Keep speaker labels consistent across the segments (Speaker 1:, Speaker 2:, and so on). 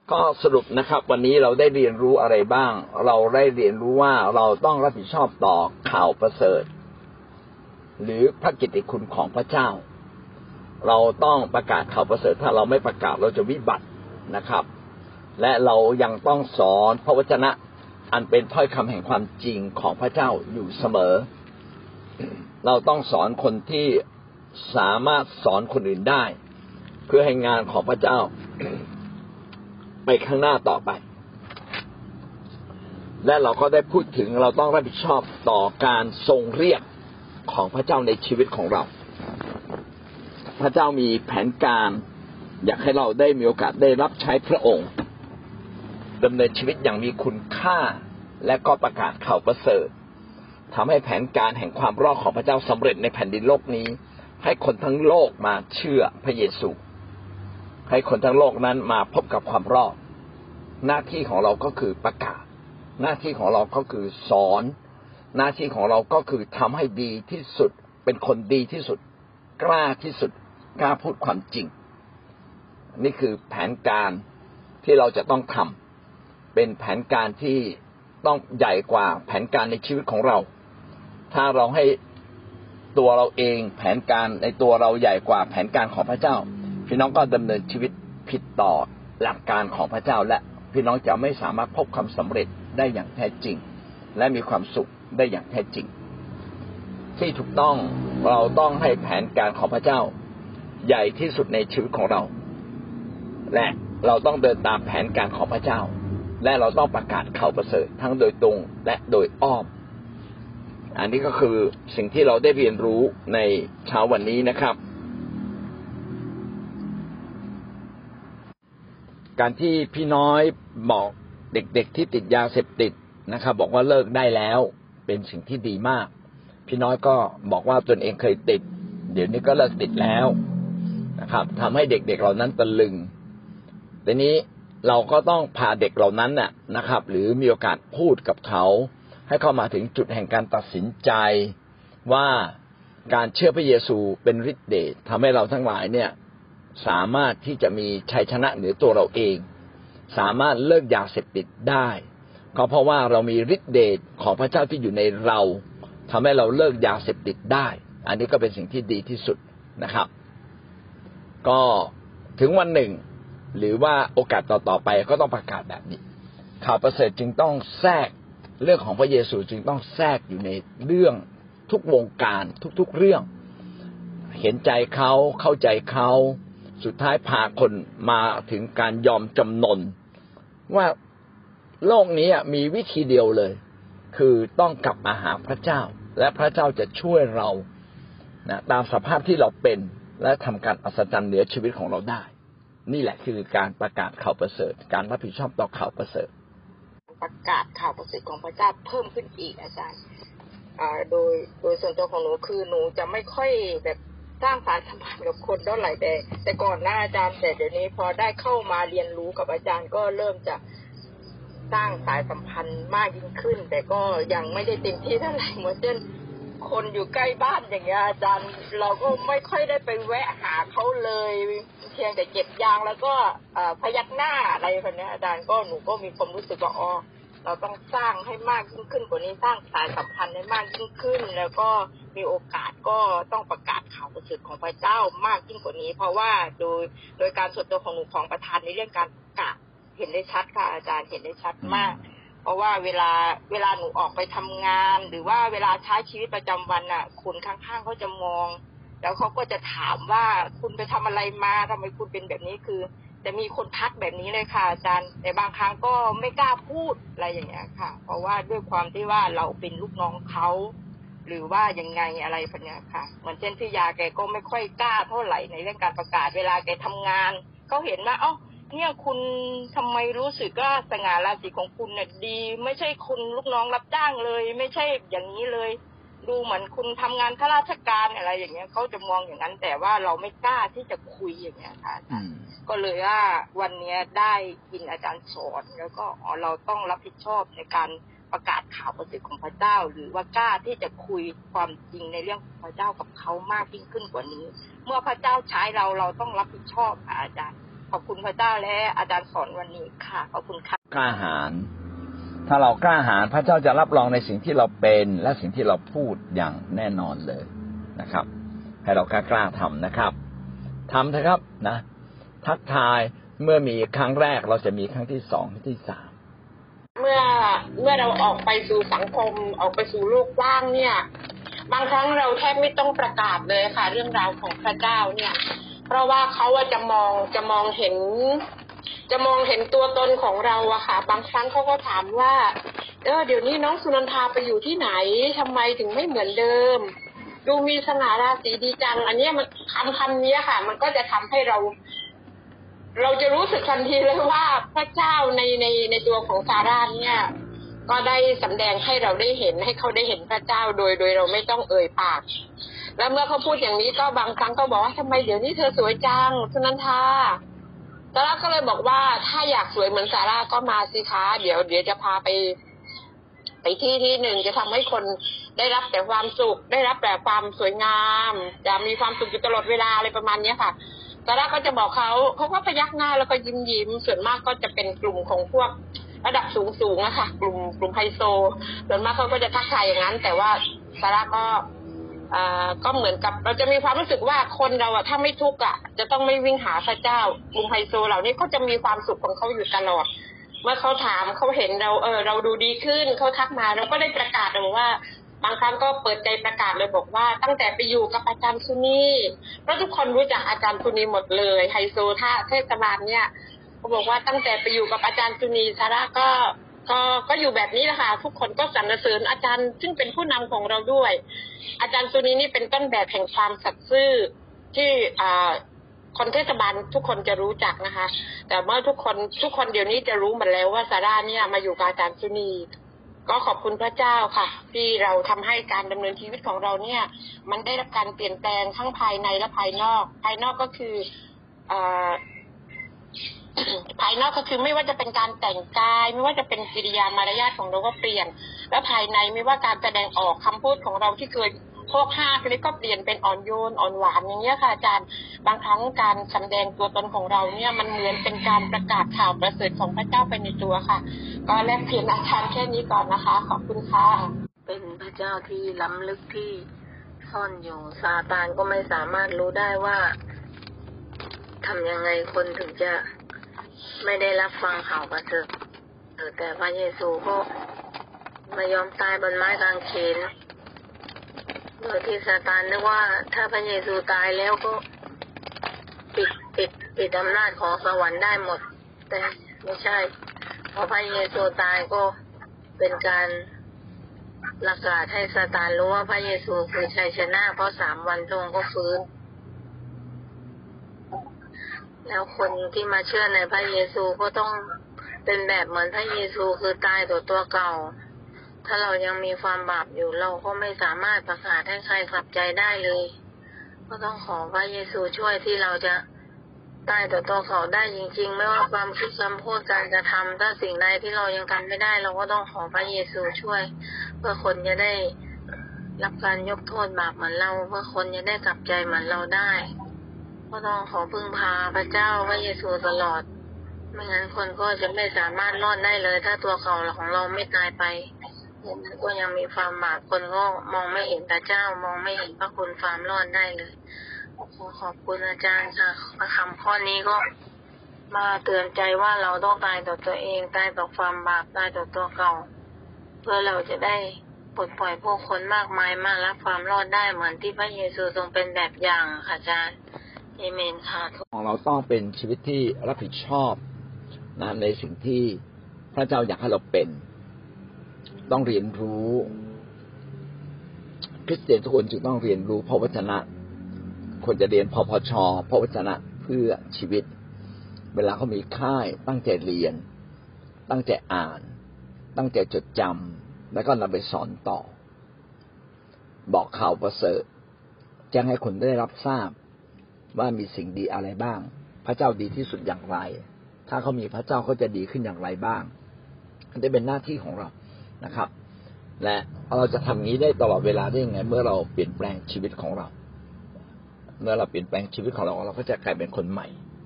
Speaker 1: ก็สรุปนะครับวันนี้เราได้เรียนรู้อะไรบ้างเราได้เรียนรู้ว่าเราต้องรับผิดชอบต่อข่าวประเสริฐหรือพระกิตติคุณของพระเจ้าเราต้องประกาศข่าวประเสริฐถ้าเราไม่ประกาศเราจะวิบัตินะครับและเรายังต้องสอนพระวจนะอันเป็นถ้อยคำแห่งความจริงของพระเจ้าอยู่เสมอเราต้องสอนคนที่สามารถสอนคนอื่นได้เพื่อให้งานของพระเจ้าไปข้างหน้าต่อไปและเราก็ได้พูดถึงเราต้องรับผิดชอบต่อการทรงเรียกของพระเจ้าในชีวิตของเราพระเจ้ามีแผนการอยากให้เราได้มีโอกาสได้รับใช้พระองค์ดำเนินชีวิตอย่างมีคุณค่าและก็ประกาศข่าวประเสริฐทำให้แผนการแห่งความรอดของพระเจ้าสำเร็จในแผ่นดินโลกนี้ให้คนทั้งโลกมาเชื่อพระเยซูให้คนทั้งโลกนั้นมาพบกับความรอดหน้าที่ของเราก็คือประกาศหน้าที่ของเราก็คือสอนหน้าที่ของเราก็คือทำให้ดีที่สุดเป็นคนดีที่สุดกล้าที่สุดกล้าพูดความจริงนี่คือแผนการที่เราจะต้องทำเป็นแผนการที่ต้องใหญ่กว่าแผนการในชีวิตของเราถ้าเราให้ตัวเราเองแผนการในตัวเราใหญ่กว่าแผนการของพระเจ้าพี่น้องก็ดำเนินชีวิตผิดต่อหลักการของพระเจ้าและพี่น้องจะไม่สามารถพบความสำเร็จได้อย่างแท้จริงและมีความสุขได้อย่างแท้จริงที่ถูกต้องเราต้องให้แผนการของพระเจ้าใหญ่ที่สุดในชีวิตของเราและเราต้องเดินตามแผนการของพระเจ้าและเราต้องประกาศข่าวประเสริฐทั้งโดยตรงและโดยอ้อมอันนี้ก็คือสิ่งที่เราได้เรียนรู้ในเช้าวันนี้นะครับการที่พี่น้อยบอกเด็กๆที่ติดยาเสพติดนะครับบอกว่าเลิกได้แล้วเป็นสิ่งที่ดีมากพี่น้อยก็บอกว่าตนเองเคยติดเดี๋ยวนี้ก็เลิกติดแล้วนะครับทำให้เด็กๆเหล่านั้นตะลึงทีนี้เราก็ต้องพาเด็กเหล่านั้นนะครับหรือมีโอกาสพูดกับเขาให้เข้ามาถึงจุดแห่งการตัดสินใจว่าการเชื่อพระเยซูเป็นฤทธิ์เดชทำให้เราทั้งหลายเนี่ยสามารถที่จะมีชัยชนะเหนือตัวเราเองสามารถเลิกยาเสพติดได้ก็เพราะว่าเรามีฤทธิ์เดชของพระเจ้าที่อยู่ในเราทำให้เราเลิกยาเสพติดได้อันนี้ก็เป็นสิ่งที่ดีที่สุดนะครับก็ถึงวันหนึ่งหรือว่าโอกาสต่อๆไปก็ต้องประกาศแบบนี้ข่าวประเสริฐจึงต้องแทรกเรื่องของพระเยซูจึงต้องแทรกอยู่ในเรื่องทุกวงการทุกๆเรื่องเห็นใจเขาเข้าใจเขาสุดท้ายพาคนมาถึงการยอมจำนนว่าโลกนี้มีวิธีเดียวเลยคือต้องกลับมาหาพระเจ้าและพระเจ้าจะช่วยเราตามสภาพที่เราเป็นและทำการอัศจรรย์เหนือชีวิตของเราได้นี่แหละคือการประกาศข่าวประเสริฐการรับผิดชอบต่อข่าวประเสริฐ
Speaker 2: ประกาศข่าวประเสริฐของพระเจ้าเพิ่มขึ้นอีกอาจารย์โดยส่วนตัวของหนูคือหนูจะไม่ค่อยแบบสร้างสายสัมพันธ์กับคนเท่าไหร่แต่ก่อนหน้าอาจารย์แต่เดี๋ยวนี้พอได้เข้ามาเรียนรู้กับอาจารย์ก็เริ่มจะสร้างสายสัมพันธ์มากยิ่งขึ้นแต่ก็ยังไม่ได้เต็มที่เท่าไหร่เหมือนเช่นคนอยู่ใกล้บ้านอย่างเงี้ยอาจารย์เราก็ไม่ค่อยได้ไปแวะหาเขาเลยเพียงแต่เก็บยางแล้วก็พยักหน้าอะไรแบบนี้อาจารย์ก็หนูก็มีความรู้สึกว่าเราต้องสร้างให้มากยิ่งขึ้นกว่านี้สร้างสายสัมพันธ์ให้มากยิ่งขึ้นแล้วก็มีโอกาสก็ต้องประกาศข่าวประเสริฐของพระเจ้ามากยิ่งกว่านี้เพราะว่าโดยการส่วนตัวของหนูของประธานในเรื่องการประกาศเห็นได้ชัดค่ะอาจารย์เห็นได้ชัดมากเพราะว่าเวลาหนูออกไปทำงานหรือว่าเวลาใช้ชีวิตประจำวันคนข้างๆเขาจะมองแล้วเขาก็จะถามว่าคุณไปทำอะไรมาทำไมคุณเป็นแบบนี้คือจะมีคนทักแบบนี้เลยค่ะอาจารย์แต่บางครั้งก็ไม่กล้าพูดอะไรอย่างเงี้ยค่ะเพราะว่าด้วยความที่ว่าเราเป็นลูกน้องเขาหรือว่ายังไงอะไรแบบเนี้ยค่ะเหมือนเช่นที่ยาแกก็ไม่ค่อยกล้าเท่าไหร่ในเรื่องการประกาศเวลาแกทำงานเขาเห็นว่าเนี่ยคุณทำไมรู้สึกว่าสง่าราศีของคุณเนี่ยดีไม่ใช่คุณลูกน้องรับจ้างเลยไม่ใช่อย่างนี้เลยดูเหมือนคุณทำงานข้าราชการอะไรอย่างเงี้ยเขาจะมองอย่างนั้นแต่ว่าเราไม่กล้าที่จะคุยอย่างเงี้ยค่ะก็เลยว่าวันนี้ได้ยินอาจารย์สอนแล้วก็เราต้องรับผิดชอบในการประกาศข่าวประเสริฐของพระเจ้าหรือว่ากล้าที่จะคุยความจริงในเรื่องของพระเจ้ากับเขามากยิ่งขึ้นกว่านี้เมื่อพระเจ้าใช้เราต้องรับผิดชอบค่ะอาจารย์ขอบคุณพระเจ้าและอาจารย์สอนวันนี้ค่ะขอบคุณค่ะ
Speaker 1: กล้าหาญถ้าเรากล้าหาญพระเจ้าจะรับรองในสิ่งที่เราเป็นและสิ่งที่เราพูดอย่างแน่นอนเลยนะครับให้เรากล้าทำนะครับทำเถอะครับนะทักทายเมื่อมีครั้งแรกเราจะมีครั้งที่สองครั้งที่สาม
Speaker 2: เมื่อเราออกไปสู่สังคมออกไปสู่โลกกว้างเนี่ยบางครั้งเราแทบไม่ต้องประกาศเลยค่ะเรื่องราวของพระเจ้าเนี่ยเพราะว่าเขาจะมองเห็นตัวตนของเราอะค่ะบางครั้งเขาก็ถามว่าเดี๋ยวนี้น้องสุนันทาไปอยู่ที่ไหนทำไมถึงไม่เหมือนเดิมดูมีสง่าราศีดีจังอันนี้มันคำนี้ค่ะมันก็จะทำให้เราจะรู้สึกทันทีเลยว่าพระเจ้าในตัวของซาร่าเนี่ยก็ได้สำแดงให้เราได้เห็นให้เขาได้เห็นพระเจ้าโดยเราไม่ต้องเอ่ยปากแล้วเมื่อเขาพูดอย่างนี้ก็บางครั้งก็บอกว่าทำไมเดี๋ยวนี้เธอสวยจังสุนันทาซาร่าก็เลยบอกว่าถ้าอยากสวยเหมือนซาร่าก็มาสิคะเดี๋ยวจะพาไปที่หนึ่งจะทำให้คนได้รับแต่ความสุขได้รับแต่ความสวยงามจะมีความสุขอยู่ตลอดเวลาอะไรประมาณนี้ค่ะซาร่าก็จะบอกเขาก็พยักหน้าแล้วก็ยิ้มส่วนมากก็จะเป็นกลุ่มของพวกระดับสูงนะคะกลุ่มไฮโซส่วนมากเขาก็จะทักทายอย่างนั้นแต่ว่าซาร่าก็เหมือนกับเราจะมีความรู้สึกว่าคนเราถ้าไม่ทุกข์จะต้องไม่วิ่งหาพระเจ้ากลุ่มไฮโซเหล่านี้เขาจะมีความสุขของเขาอยู่ตลอดเมื่อเขาถามเขาเห็นเราดูดีขึ้นเขาทักมาเราก็ได้ประกาศเลยว่าบางครั้งก็เปิดใจประกาศเลยบอกว่าตั้งแต่ไปอยู่กับอาจารย์ซุนีเพราะทุกคนรู้จักอาจารย์ซุนีหมดเลยไฮโซท่าเทศบาลเนี่ยเขาบอกว่าตั้งแต่ไปอยู่กับอาจารย์ซุนีซาร่าก็อยู่แบบนี้แหละค่ะทุกคนก็สรรเสริญอาจารย์ซึ่งเป็นผู้นำของเราด้วยอาจารย์ซุนีนี่เป็นต้นแบบแห่งความสัตย์ซื่อที่คนเทศบาลทุกคนจะรู้จักนะคะแต่เมื่อทุกคนเดี๋ยวนี้จะรู้หมดแล้วว่าซาร่าเนี่ยมาอยู่กับอาจารย์ซุนีก็ขอบคุณพระเจ้าค่ะที่เราทำให้การดำเนินชีวิตของเราเนี่ยมันได้รับการเปลี่ยนแปลงทั้งภายในและภายนอกภายนอกก็คือภายนอกก็คือไม่ว่าจะเป็นการแต่งกายไม่ว่าจะเป็นกิริยามารยาทของเราก็เปลี่ยนและภายในไม่ว่าการแสดงออกคำพูดของเราที่เคยโคกห้าทีนี้ก็เปลี่ยนเป็นอ่อนโยนอ่อนหวานอย่างเงี้ยค่ะอาจารย์บางครั้งการแสดงตัวตนของเราเนี่ยมันเหมือนเป็นการประกาศข่าวประเสริฐของพระเจ้าไปในตัวค่ะก็แลกเปลี่ยนอาจารย์แค่นี้ก่อนนะคะขอบคุณค่ะเป็นพระเจ้าที่ล้ำลึกที่ซ่อนอยู่ซาตานก็ไม่สามารถรู้ได้ว่าทำยังไงคนถึงจะไม่ได้รับฟังข่าวประเสริฐแต่พระเยซูก็ไม่ยอมตายบนไม้กางเขนโดยที่ซาตานนึกว่าถ้าพระเยซูตายแล้วก็ปิดอำนาจของสวรรค์ได้หมดแต่ไม่ใช่พอพระเยซูตายก็เป็นการประกาศให้ซาตานรู้ว่าพระเยซูคือชัยชนะเพราะ3 วันพระองค์ก็ฟื้นแล้วคนที่มาเชื่อในพระเยซูก็ต้องเป็นแบบเหมือนพระเยซูคือตายต่อตัวเก่าถ้าเรายังมีความบาปอยู่เราก็ไม่สามารถประกาศให้ใครกลับใจได้เลยก็ต้องขอพระเยซูช่วยที่เราจะตายต่อตัวเก่าได้จริงๆไม่ว่าความคิดคำพูดการกระทำถ้าสิ่งใดที่เรายังทำไม่ได้เราก็ต้องขอพระเยซูช่วยเพื่อคนจะได้รับการยกโทษบาปเหมือนเราเพื่อคนจะได้กลับใจเหมือนเราได้ก็ต้องขอพึ่งพาพระเจ้าพระเยซูตลอดไม่งั้นคนก็จะไม่สามารถรอดได้เลยถ้าตัวเก่าของเราไม่ตายไปก็ยังมีความบาปคนก็มองไม่เห็นพระเจ้ามองไม่เห็นพระคุณความรอดได้เลยขอบคุณอาจารย์ค่ะคำข้อนี้ก็มาเตือนใจว่าเราต้องตายต่อตัวเองตายต่อความบาปตายต่อตัวเก่าเพื่อเราจะได้ปลดปล่อยผู้คนมากมายมารับความรอดได้เหมือนที่พระเยซูทรงเป็นแบบอย่างค่ะอาจารย์เอเมนค่ะ
Speaker 1: ของเราต้องเป็นชีวิตที่รับผิดชอบนะในสิ่งที่พระเจ้าอยากให้เราเป็นต้องเรียนรู้คริสเตียนทุกคนจึงต้องเรียนรู้พระวจนะควรจะเรียนพพช.พระวจนะเพื่อชีวิตเวลาเขามีค่ายตั้งใจเรียนตั้งใจอ่านตั้งใจจดจำแล้วก็นำไปสอนต่อบอกข่าวประเสริฐแจ้งให้คนได้รับทราบว่ามีสิ่งดีอะไรบ้างพระเจ้าดีที่สุดอย่างไรถ้าเขามีพระเจ้าเขาจะดีขึ้นอย่างไรบ้างอันนี้เป็นหน้าที่ของเรานะครับและเราจะทำงี้ได้ตลอดเวลาได้ยังไงเมื่อเราเปลี่ยนแปลงชีวิตของเราเมื่อเราเปลี่ยนแปลงชีวิตของเราก็จะกลายเป็นคนใหม่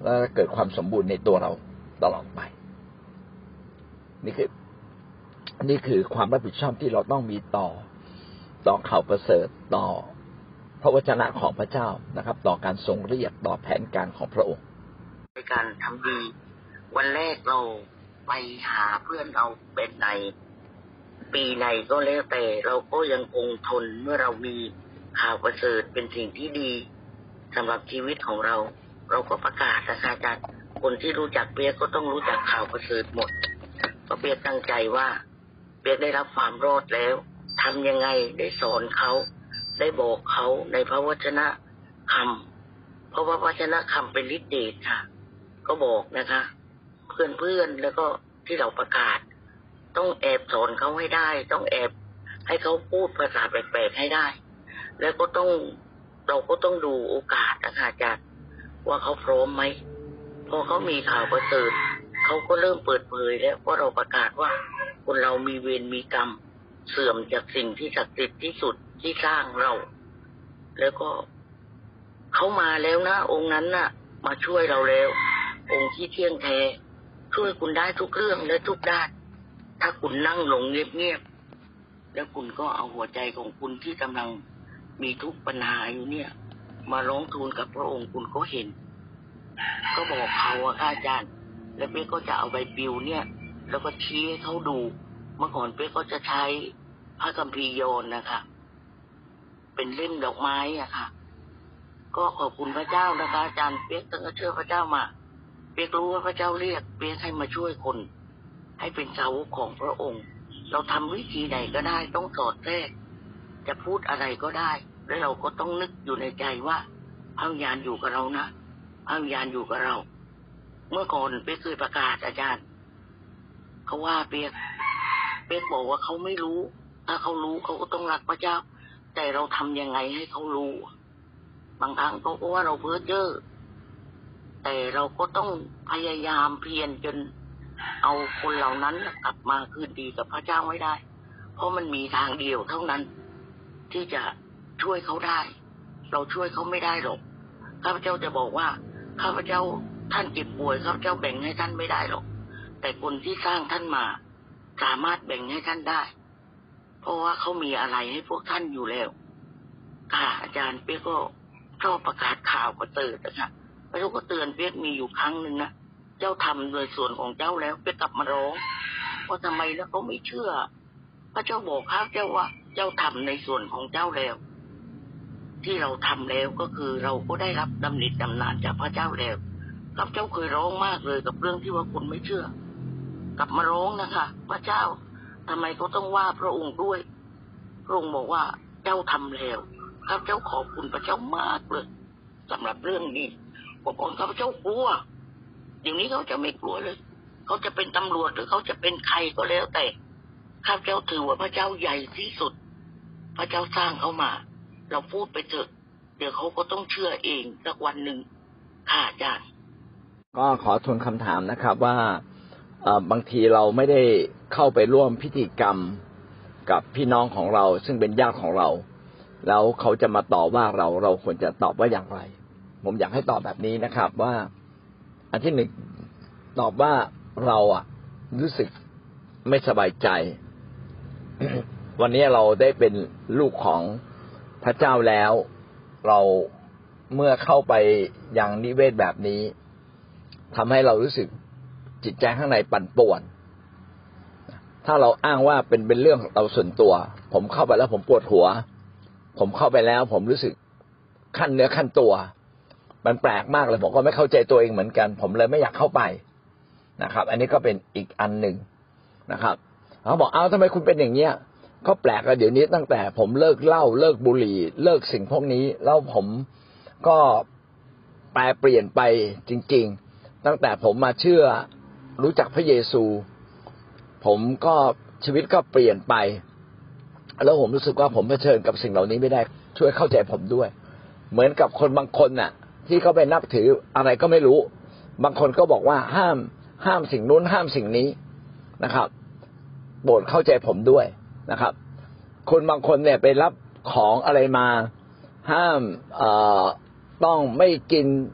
Speaker 1: และเกิดความสมบูรณ์ในตัวเราตลอดไปนี่คือความรับผิดชอบที่เราต้องมีต่อข่าวประเสริฐต่อพระวจนะของพระเจ้านะครับต่อการทรงเรียกต่อแผนการของพระองค์
Speaker 3: ในการทำดีวันแรกเราไปหาเพื่อนเราเป็นในปีไหนก็แล้วแต่เราก็ยังคงทนเมื่อเรามีข่าวประเสริฐเป็นสิ่งที่ดีสำหรับชีวิตของเราก็ประกาศนะคะจากคนที่รู้จักเปียกก็ต้องรู้จักข่าวประเสริฐหมดเพราะเปียกตั้งใจว่าเปียกได้รับความรอดแล้วทำยังไงได้สอนเขาได้บอกเขาในพระวจนะคำเพราะว่าพระวจนะคำเป็นฤทธิ์เดชค่ะก็บอกนะคะเพื่อนแล้วก็ที่เราประกาศต้องแอบสอนเขาให้ได้ต้องแอบให้เขาพูดภาษาแปลกๆให้ได้แล้วก็เราก็ต้องดูโอกาสนะคะจากว่าเขาพร้อมไหมพอเขามีข่าวประเสริฐเขาก็เริ่มเปิดเผยแล้วว่าเราประกาศว่าคนเรามีเวรมีกรรมเสื่อมจากสิ่งที่ศักดิ์สิทธิ์ที่สุดที่สร้างเราแล้วก็เขามาแล้วนะองค์นั้นน่ะมาช่วยเราแล้วองค์ที่เที่ยงแท้ช่วยคุณได้ทุกเรื่องและทุกด้านถ้าคุณนั่งลงเงียบๆแล้วคุณก็เอาหัวใจของคุณที่กำลังมีทุกปัญหาอยู่เนี่ยมาร้องทูลกับพระองค์คุณก็เห็นก็บอกเขาว่าอาจารย์แล้วเป๊กก็จะเอาใบปลิวเนี่ยแล้วก็ชี้ให้เขาดูเมื่อก่อนเป๊กก็จะใช้พระคัมภีร์โยนนะคะเป็นเล่มดอกไม้อะค่ะก็ขอบคุณพระเจ้านะคะอาจารย์เป๊กตั้งแต่เชื่อพระเจ้ามาเป๊กรู้ว่าพระเจ้าเรียกเป๊กให้มาช่วยคนให้เป็นสาวกของพระองค์เราทำวิธีไหนก็ได้ต้องสอดแทรกจะพูดอะไรก็ได้แล้วเราก็ต้องนึกอยู่ในใจว่าพระวิญญาณอยู่กับเรานะพระวิญญาณอยู่กับเราเมื่อก่อนเป๊กเคยประกาศอาจารย์เขาว่าเป๊กบอกว่าเขาไม่รู้ถ้าเขารู้เขาก็ต้องรักพระเจ้าแต่เราทำยังไงให้เขารู้บางครั้งเขาก็ว่าเราเพ้อเจ้อแต่เราก็ต้องพยายามเพียรจนเอาคนเหล่านั้นกลับมาคืนดีกับพระเจ้าไม่ได้เพราะมันมีทางเดียวเท่านั้นที่จะช่วยเขาได้เราช่วยเขาไม่ได้หรอกข้าพเจ้าจะบอกว่าข้าพเจ้าท่านเจ็บป่วยข้าพเจ้าแบ่งให้ท่านไม่ได้หรอกแต่คนที่สร้างท่านมาสามารถแบ่งให้ท่านได้เพราะว่าเขามีอะไรให้พวกท่านอยู่แล้วค่ะอาจารย์เป๊กก็ชอบประกาศข่าวก็เตือนนะคะพระเจ้าก็เตือนเป๊กมีอยู่ครั้งหนึ่งนะเจ้าทำโดยส่วนของเจ้าแล้วเป๊กกลับมาร้องว่าทำไมแล้วเขาไม่เชื่อพระเจ้าบอกข้าพเจ้าว่าเจ้าทำในส่วนของเจ้าแล้วที่เราทำแล้วก็คือเราก็ได้รับดำริดำนานจากพระเจ้าแล้วข้าพเจ้าเคยร้องมากเลยกับเรื่องที่ว่าคนไม่เชื่อกลับมาร้องนะคะพระเจ้าทำไมเขาต้องว่าพระองค์ด้วยพระองค์บอกว่าเจ้าทำแล้วข้าพเจ้าขอบคุณพระเจ้ามากเลยสำหรับเรื่องนี้บอกก่อนข้าพเจ้ากลัวเดี๋ยวนี้เขาจะไม่กลัวเลยเขาจะเป็นตำรวจหรือเขาจะเป็นใครก็แล้วแต่ข้าพเจ้าถือว่าพระเจ้าใหญ่ที่สุดพระเจ้าสร้างเขามาเราพูดไปเถอะเดี๋ยวเขาก็ต้องเชื่อเองสักวันหนึ่งค่ะอาจารย์
Speaker 1: ก็ขอทวนคำถามนะครับว่าบางทีเราไม่ได้เข้าไปร่วมพิธีกรรมกับพี่น้องของเราซึ่งเป็นญาติของเราแล้วเขาจะมาตอบว่าเราควรจะตอบว่าอย่างไรผมอยากให้ตอบแบบนี้นะครับว่าอันที่หนึ่งตอบว่าเรารู้สึกไม่สบายใจ วันนี้เราได้เป็นลูกของพระเจ้าแล้วเราเมื่อเข้าไปยังนิเวศแบบนี้ทำให้เรารู้สึกจิตใจข้างในปั่นป่วนถ้าเราอ้างว่าเป็นเรื่องเราส่วนตัวผมเข้าไปแล้วผมปวดหัวผมเข้าไปแล้วผมรู้สึกขั้นเนื้อขั้นตัวมันแปลกมากเลยผมก็ไม่เข้าใจตัวเองเหมือนกันผมเลยไม่อยากเข้าไปนะครับอันนี้ก็เป็นอีกอันหนึ่งนะครับเขาบอกทำไมคุณเป็นอย่างเงี้ยก็แปลกอะเดี๋ยวนี้ตั้งแต่ผมเลิกเหล้าเลิกบุหรี่เลิกสิ่งพวกนี้แล้วผมก็แปลเปลี่ยนไปจริงๆตั้งแต่ผมมาเชื่อรู้จักพระเยซูผมก็ชีวิตก็เปลี่ยนไปแล้วผมรู้สึกว่าผมเผชิญกับสิ่งเหล่านี้ไม่ได้ช่วยเข้าใจผมด้วยเหมือนกับคนบางคนน่ะที่เขาไปนับถืออะไรก็ไม่รู้บางคนก็บอกว่าห้ามสิ่งนู้นห้ามสิ่งนี้นะครับโปรดเข้าใจผมด้วยนะครับคนบางคนเนี่ยไปรับของอะไรมาห้ามต้องไม่กิน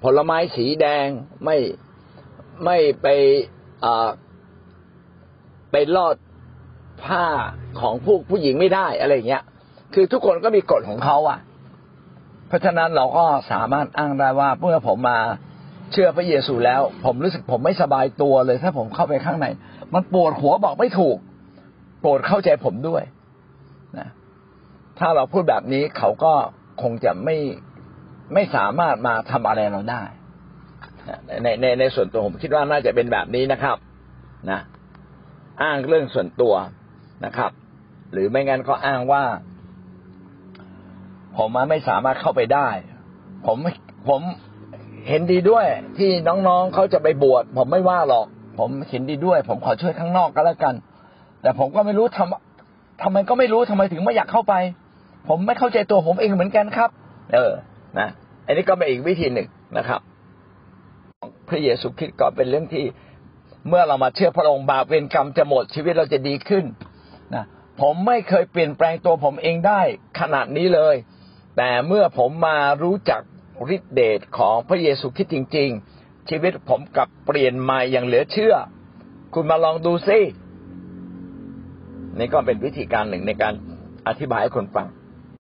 Speaker 1: ผลไม้สีแดงไม่ไปลอดผ้าของผู้หญิงไม่ได้อะไรอย่างเงี้ยคือทุกคนก็มีกฎของเขาอ่ะเพราะฉะนั้นเราก็สามารถอ้างได้ว่าเมื่อผมมาเชื่อพระเยซูแล้วผมรู้สึกผมไม่สบายตัวเลยถ้าผมเข้าไปข้างในมันปวดหัวบอกไม่ถูกโปรดเข้าใจผมด้วยนะถ้าเราพูดแบบนี้เขาก็คงจะไม่สามารถมาทำอะไรเราได้ในส่วนตัวผมคิดว่าน่าจะเป็นแบบนี้นะครับนะอ้างเรื่องส่วนตัวนะครับหรือไม่งั้นก็อ้างว่าผมไม่สามารถเข้าไปได้ผมเห็นดีด้วยที่น้องๆเขาจะไปบวชผมไม่ว่าหรอกผมเห็นดีด้วยผมขอช่วยข้างนอกก็แล้วกันแต่ผมก็ไม่รู้ทำไมก็ไม่รู้ทำไมถึงไม่อยากเข้าไปผมไม่เข้าใจตัวผมเองเหมือนกันครับนะอันนี้ก็เป็นอีกวิธีหนึ่งนะครับพระเยซูคริสต์ก็เป็นเรื่องที่เมื่อเรามาเชื่อพระองค์บาปเวรกรรมจะหมดชีวิตเราจะดีขึ้นนะผมไม่เคยเปลี่ยนแปลงตัวผมเองได้ขนาดนี้เลยแต่เมื่อผมมารู้จักฤทธิเดชของพระเยซูคริสต์จริงๆชีวิตผมกลับเปลี่ยนมาอย่างเหลือเชื่อคุณมาลองดูซินี่ก็เป็นวิธีการหนึ่งในการอธิบายให้คนฟัง